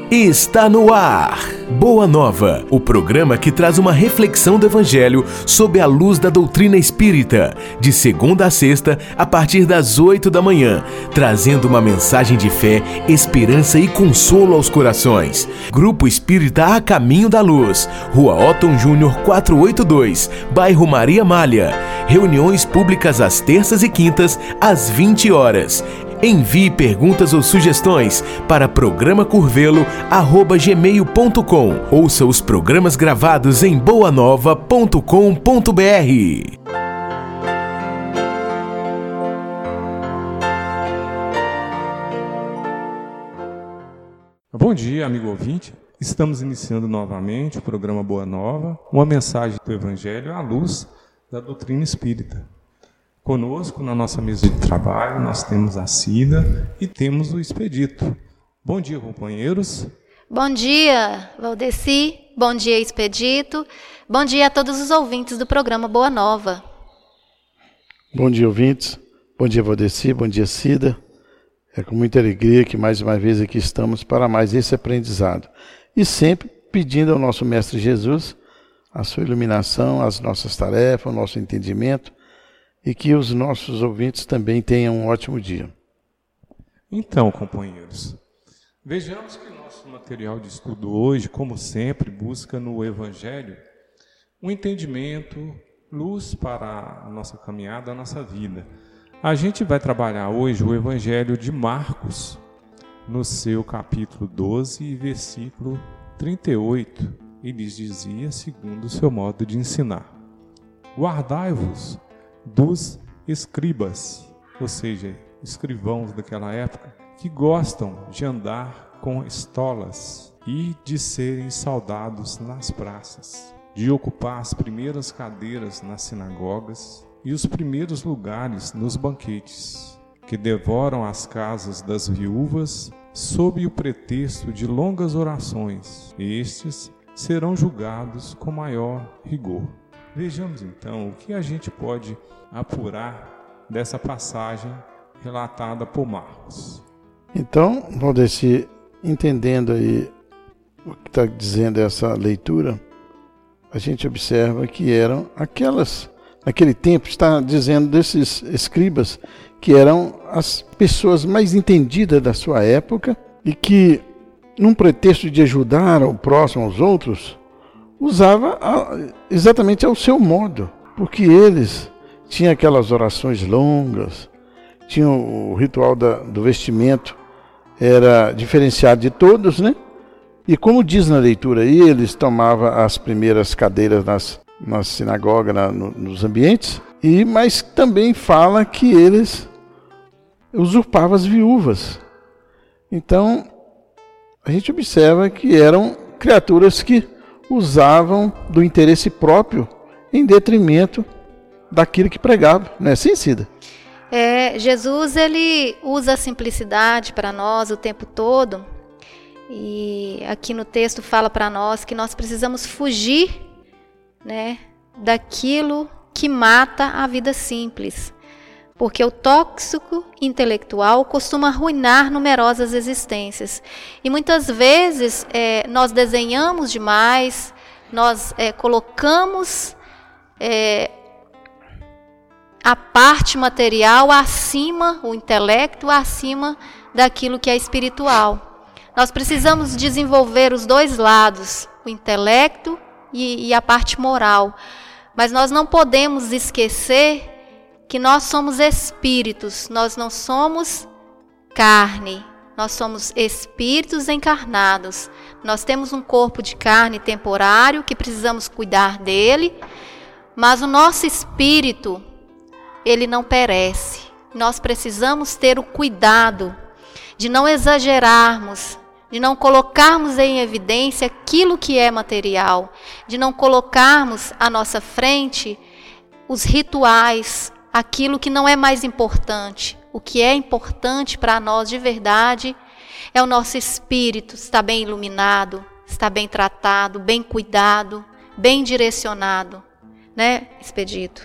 Está no ar. Boa Nova, o programa que traz uma reflexão do Evangelho sob a luz da doutrina espírita, de segunda a sexta, a partir das 8 da manhã, trazendo uma mensagem de fé, esperança e consolo aos corações. Grupo Espírita A Caminho da Luz, Rua Otton Júnior 482, bairro Maria Malha. Reuniões públicas às terças e quintas, às 20 horas. Envie perguntas ou sugestões para programacurvelo@gmail.com. Ouça os programas gravados em boanova.com.br. Bom dia, amigo ouvinte. Estamos iniciando novamente o programa Boa Nova, uma mensagem do Evangelho à luz da doutrina espírita. Conosco, na nossa mesa de trabalho, nós temos a Cida e temos o Expedito. Bom dia, companheiros. Bom dia, Valdeci. Bom dia, Expedito. Bom dia a todos os ouvintes do programa Boa Nova. Bom dia, ouvintes. Bom dia, Valdeci. Bom dia, Cida. É com muita alegria que mais uma vez aqui estamos para mais esse aprendizado. E sempre pedindo ao nosso Mestre Jesus a sua iluminação, as nossas tarefas, o nosso entendimento, e que os nossos ouvintes também tenham um ótimo dia. Então, companheiros, vejamos que nosso material de estudo hoje, como sempre, busca no Evangelho um entendimento, luz para a nossa caminhada, a nossa vida. A gente vai trabalhar hoje o Evangelho de Marcos, no seu capítulo 12, versículo 38, e lhes dizia, segundo o seu modo de ensinar: guardai-vos dos escribas, ou seja, escrivãos daquela época, que gostam de andar com estolas e de serem saudados nas praças, de ocupar as primeiras cadeiras nas sinagogas e os primeiros lugares nos banquetes, que devoram as casas das viúvas sob o pretexto de longas orações. Estes serão julgados com maior rigor. Vejamos então o que a gente pode apurar dessa passagem relatada por Marcos. Então, Valdeci, entendendo aí o que está dizendo essa leitura, a gente observa que eram naquele tempo, está dizendo desses escribas, que eram as pessoas mais entendidas da sua época e que, num pretexto de ajudar ao próximo, aos outros, usava exatamente ao seu modo, porque eles tinham aquelas orações longas, tinham o ritual do vestimento, era diferenciado de todos, né? E como diz na leitura aí, eles tomavam as primeiras cadeiras nas sinagogas, nos ambientes, mas também fala que eles usurpavam as viúvas. Então, a gente observa que eram criaturas que usavam do interesse próprio em detrimento daquilo que pregava, não é assim, Cida? Jesus, ele usa a simplicidade para nós o tempo todo, e aqui no texto fala para nós que nós precisamos fugir, né, daquilo que mata a vida simples, porque o tóxico intelectual costuma arruinar numerosas existências. E muitas vezes nós desenhamos demais, nós colocamos a parte material acima, o intelecto acima daquilo que é espiritual. Nós precisamos desenvolver os dois lados, o intelecto e a parte moral. Mas nós não podemos esquecer que nós somos espíritos, nós não somos carne, nós somos espíritos encarnados. Nós temos um corpo de carne temporário que precisamos cuidar dele, mas o nosso espírito, ele não perece. Nós precisamos ter o cuidado de não exagerarmos, de não colocarmos em evidência aquilo que é material, de não colocarmos à nossa frente os rituais, aquilo que não é mais importante. O que é importante para nós de verdade é o nosso espírito estar bem iluminado, estar bem tratado, bem cuidado, bem direcionado, né, Expedito?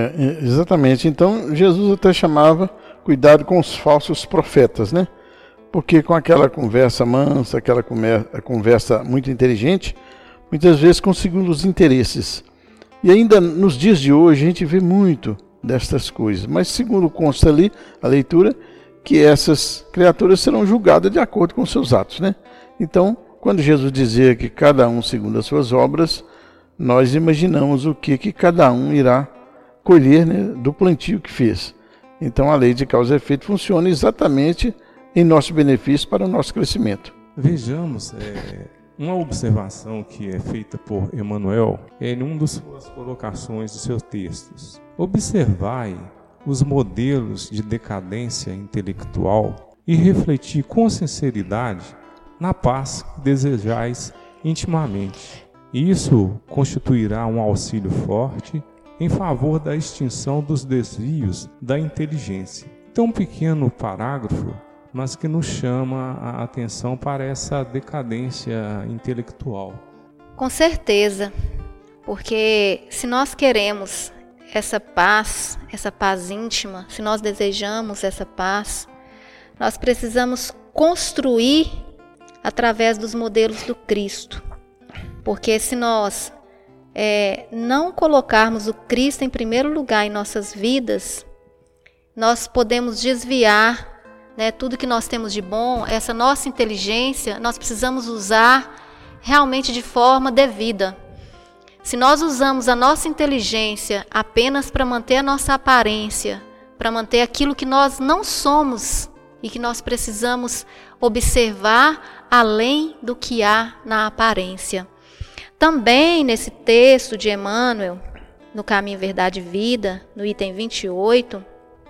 Exatamente. Então, Jesus até chamava cuidado com os falsos profetas, né? porque com aquela conversa mansa, aquela conversa muito inteligente, muitas vezes conseguindo os interesses. E ainda nos dias de hoje a gente vê muito destas coisas, mas segundo consta ali a leitura, que essas criaturas serão julgadas de acordo com seus atos, né? Então, quando Jesus dizia que cada um segundo as suas obras, nós imaginamos o que cada um irá colher, né, do plantio que fez. Então a lei de causa e efeito funciona exatamente em nosso benefício para o nosso crescimento. Vejamos uma observação que é feita por Emmanuel em uma das suas colocações dos seus textos. Observai os modelos de decadência intelectual e refleti com sinceridade na paz que desejais intimamente. Isso constituirá um auxílio forte em favor da extinção dos desvios da inteligência. Então, um pequeno parágrafo, mas que nos chama a atenção para essa decadência intelectual. Com certeza, porque se nós queremos essa paz íntima, se nós desejamos essa paz, nós precisamos construir através dos modelos do Cristo. Porque se nós não colocarmos o Cristo em primeiro lugar em nossas vidas, nós podemos desviar, né, tudo que nós temos de bom, essa nossa inteligência, nós precisamos usar realmente de forma devida. Se nós usamos a nossa inteligência apenas para manter a nossa aparência, para manter aquilo que nós não somos e que nós precisamos observar além do que há na aparência. Também nesse texto de Emmanuel, no Caminho, Verdade e Vida, no item 28,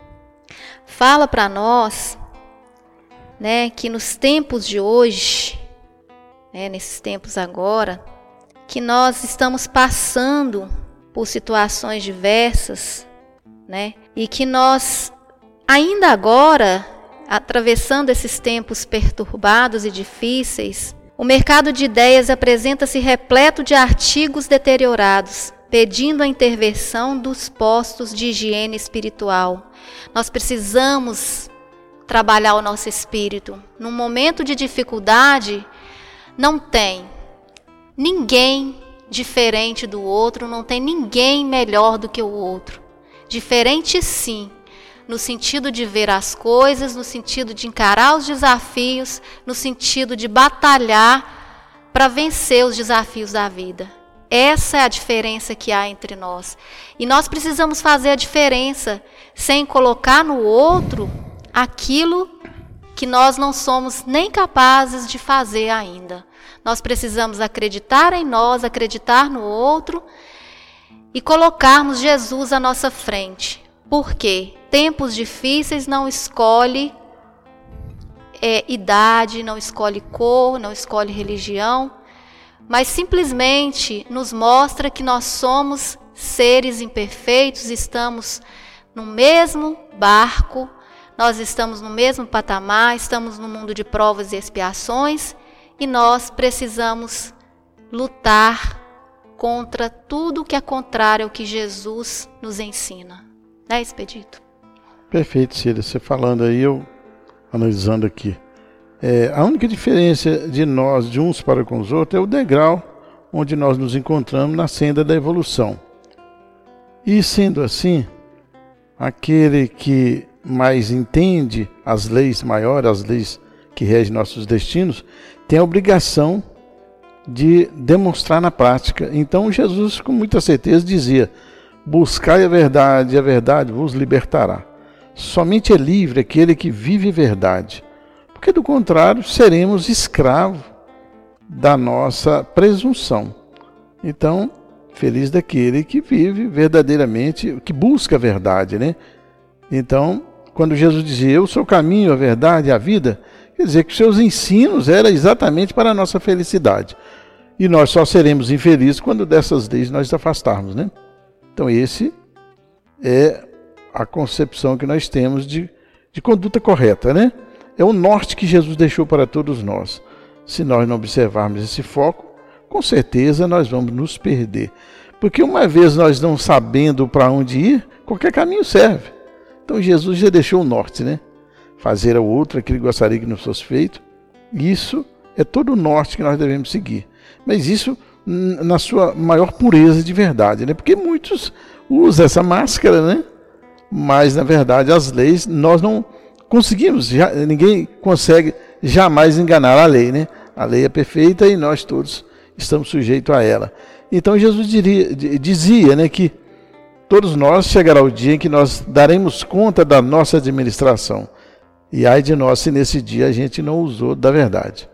fala para nós, né, que nos tempos de hoje, né, nesses tempos agora, que nós estamos passando por situações diversas, né, e que nós, ainda agora, atravessando esses tempos perturbados e difíceis, o mercado de ideias apresenta-se repleto de artigos deteriorados, pedindo a intervenção dos postos de higiene espiritual. Nós precisamos trabalhar o nosso espírito. Num momento de dificuldade, não tem ninguém diferente do outro, não tem ninguém melhor do que o outro. Diferente sim, no sentido de ver as coisas, no sentido de encarar os desafios, no sentido de batalhar para vencer os desafios da vida. Essa é a diferença que há entre nós. E nós precisamos fazer a diferença sem colocar no outro aquilo que nós não somos nem capazes de fazer ainda. Nós precisamos acreditar em nós, acreditar no outro e colocarmos Jesus à nossa frente. Por quê? Tempos difíceis não escolhe idade, não escolhe cor, não escolhe religião, mas simplesmente nos mostra que nós somos seres imperfeitos, estamos no mesmo barco, nós estamos no mesmo patamar, estamos no mundo de provas e expiações e nós precisamos lutar contra tudo que é contrário ao que Jesus nos ensina. Né, Expedito? Perfeito, Cida. Você falando aí, eu analisando aqui. A única diferença de nós, de uns para com os outros, é o degrau onde nós nos encontramos na senda da evolução. E sendo assim, aquele que mais entende as leis maiores, as leis que regem nossos destinos, tem a obrigação de demonstrar na prática. Então Jesus, com muita certeza, dizia: buscai a verdade vos libertará. Somente é livre aquele que vive verdade, porque do contrário seremos escravos da nossa presunção. Então, feliz daquele que vive verdadeiramente, que busca a verdade, né? Então, quando Jesus dizia: eu sou o caminho, a verdade e a vida, quer dizer que os seus ensinos eram exatamente para a nossa felicidade. E nós só seremos infelizes quando dessas leis nós nos afastarmos, né? Então, esse é a concepção que nós temos de conduta correta, né? É o norte que Jesus deixou para todos nós. Se nós não observarmos esse foco, com certeza nós vamos nos perder. Porque uma vez nós não sabendo para onde ir, qualquer caminho serve. Então Jesus já deixou o norte, né? fazer ao outro aquilo que gostaria que nos fosse feito. Isso é todo o norte que nós devemos seguir. Mas isso na sua maior pureza de verdade, né? Porque muitos usam essa máscara, né? Mas, na verdade, as leis, nós não conseguimos, ninguém consegue jamais enganar a lei, né? A lei é perfeita e nós todos estamos sujeitos a ela. Então, Jesus dizia, né, que todos nós chegará o dia em que nós daremos conta da nossa administração. E ai de nós se nesse dia a gente não usou da verdade.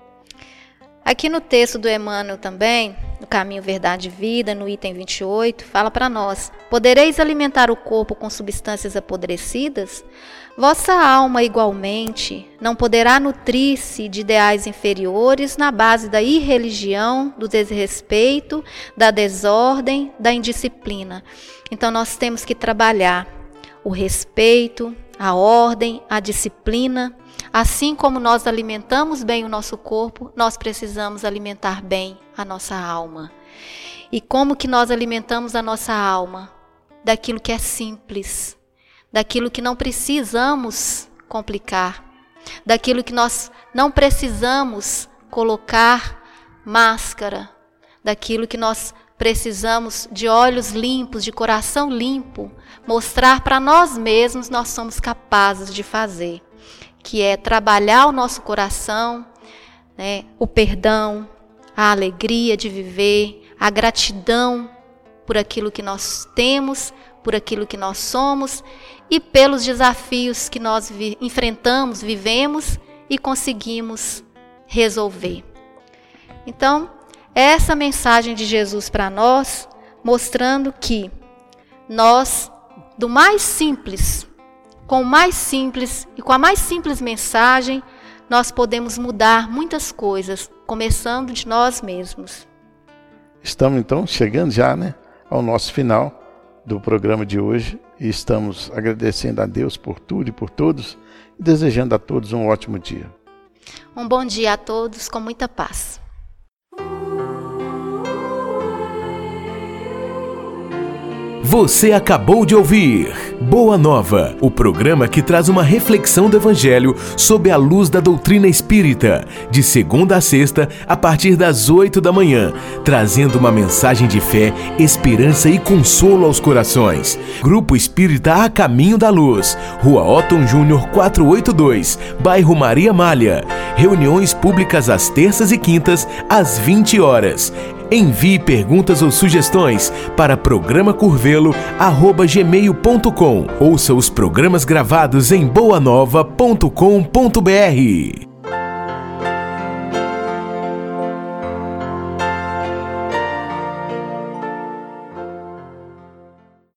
Aqui no texto do Emmanuel também, no Caminho, Verdade e Vida, no item 28, fala para nós: podereis alimentar o corpo com substâncias apodrecidas? Vossa alma, igualmente, não poderá nutrir-se de ideais inferiores na base da irreligião, do desrespeito, da desordem, da indisciplina. Então nós temos que trabalhar o respeito, a ordem, a disciplina. Assim como nós alimentamos bem o nosso corpo, nós precisamos alimentar bem a nossa alma. E como que nós alimentamos a nossa alma? Daquilo que é simples, daquilo que não precisamos complicar, daquilo que nós não precisamos colocar máscara, daquilo que nós precisamos de olhos limpos, de coração limpo, mostrar para nós mesmos nós somos capazes de fazer, que é trabalhar o nosso coração, né, o perdão, a alegria de viver, a gratidão por aquilo que nós temos, por aquilo que nós somos e pelos desafios que nós enfrentamos, vivemos e conseguimos resolver. Então, essa mensagem de Jesus para nós, mostrando que nós, do mais simples, com o mais simples e com a mais simples mensagem, nós podemos mudar muitas coisas, começando de nós mesmos. Estamos então chegando já, né, ao nosso final do programa de hoje e estamos agradecendo a Deus por tudo e por todos e desejando a todos um ótimo dia. Um bom dia a todos, com muita paz. Você acabou de ouvir Boa Nova, o programa que traz uma reflexão do Evangelho sob a luz da doutrina espírita, de segunda a sexta, a partir das 8 da manhã, trazendo uma mensagem de fé, esperança e consolo aos corações. Grupo Espírita A Caminho da Luz, Rua Otton Júnior 482, bairro Maria Malha. Reuniões públicas às terças e quintas, às 20 horas. Envie perguntas ou sugestões para programacurvelo@gmail.com. Ouça os programas gravados em boanova.com.br.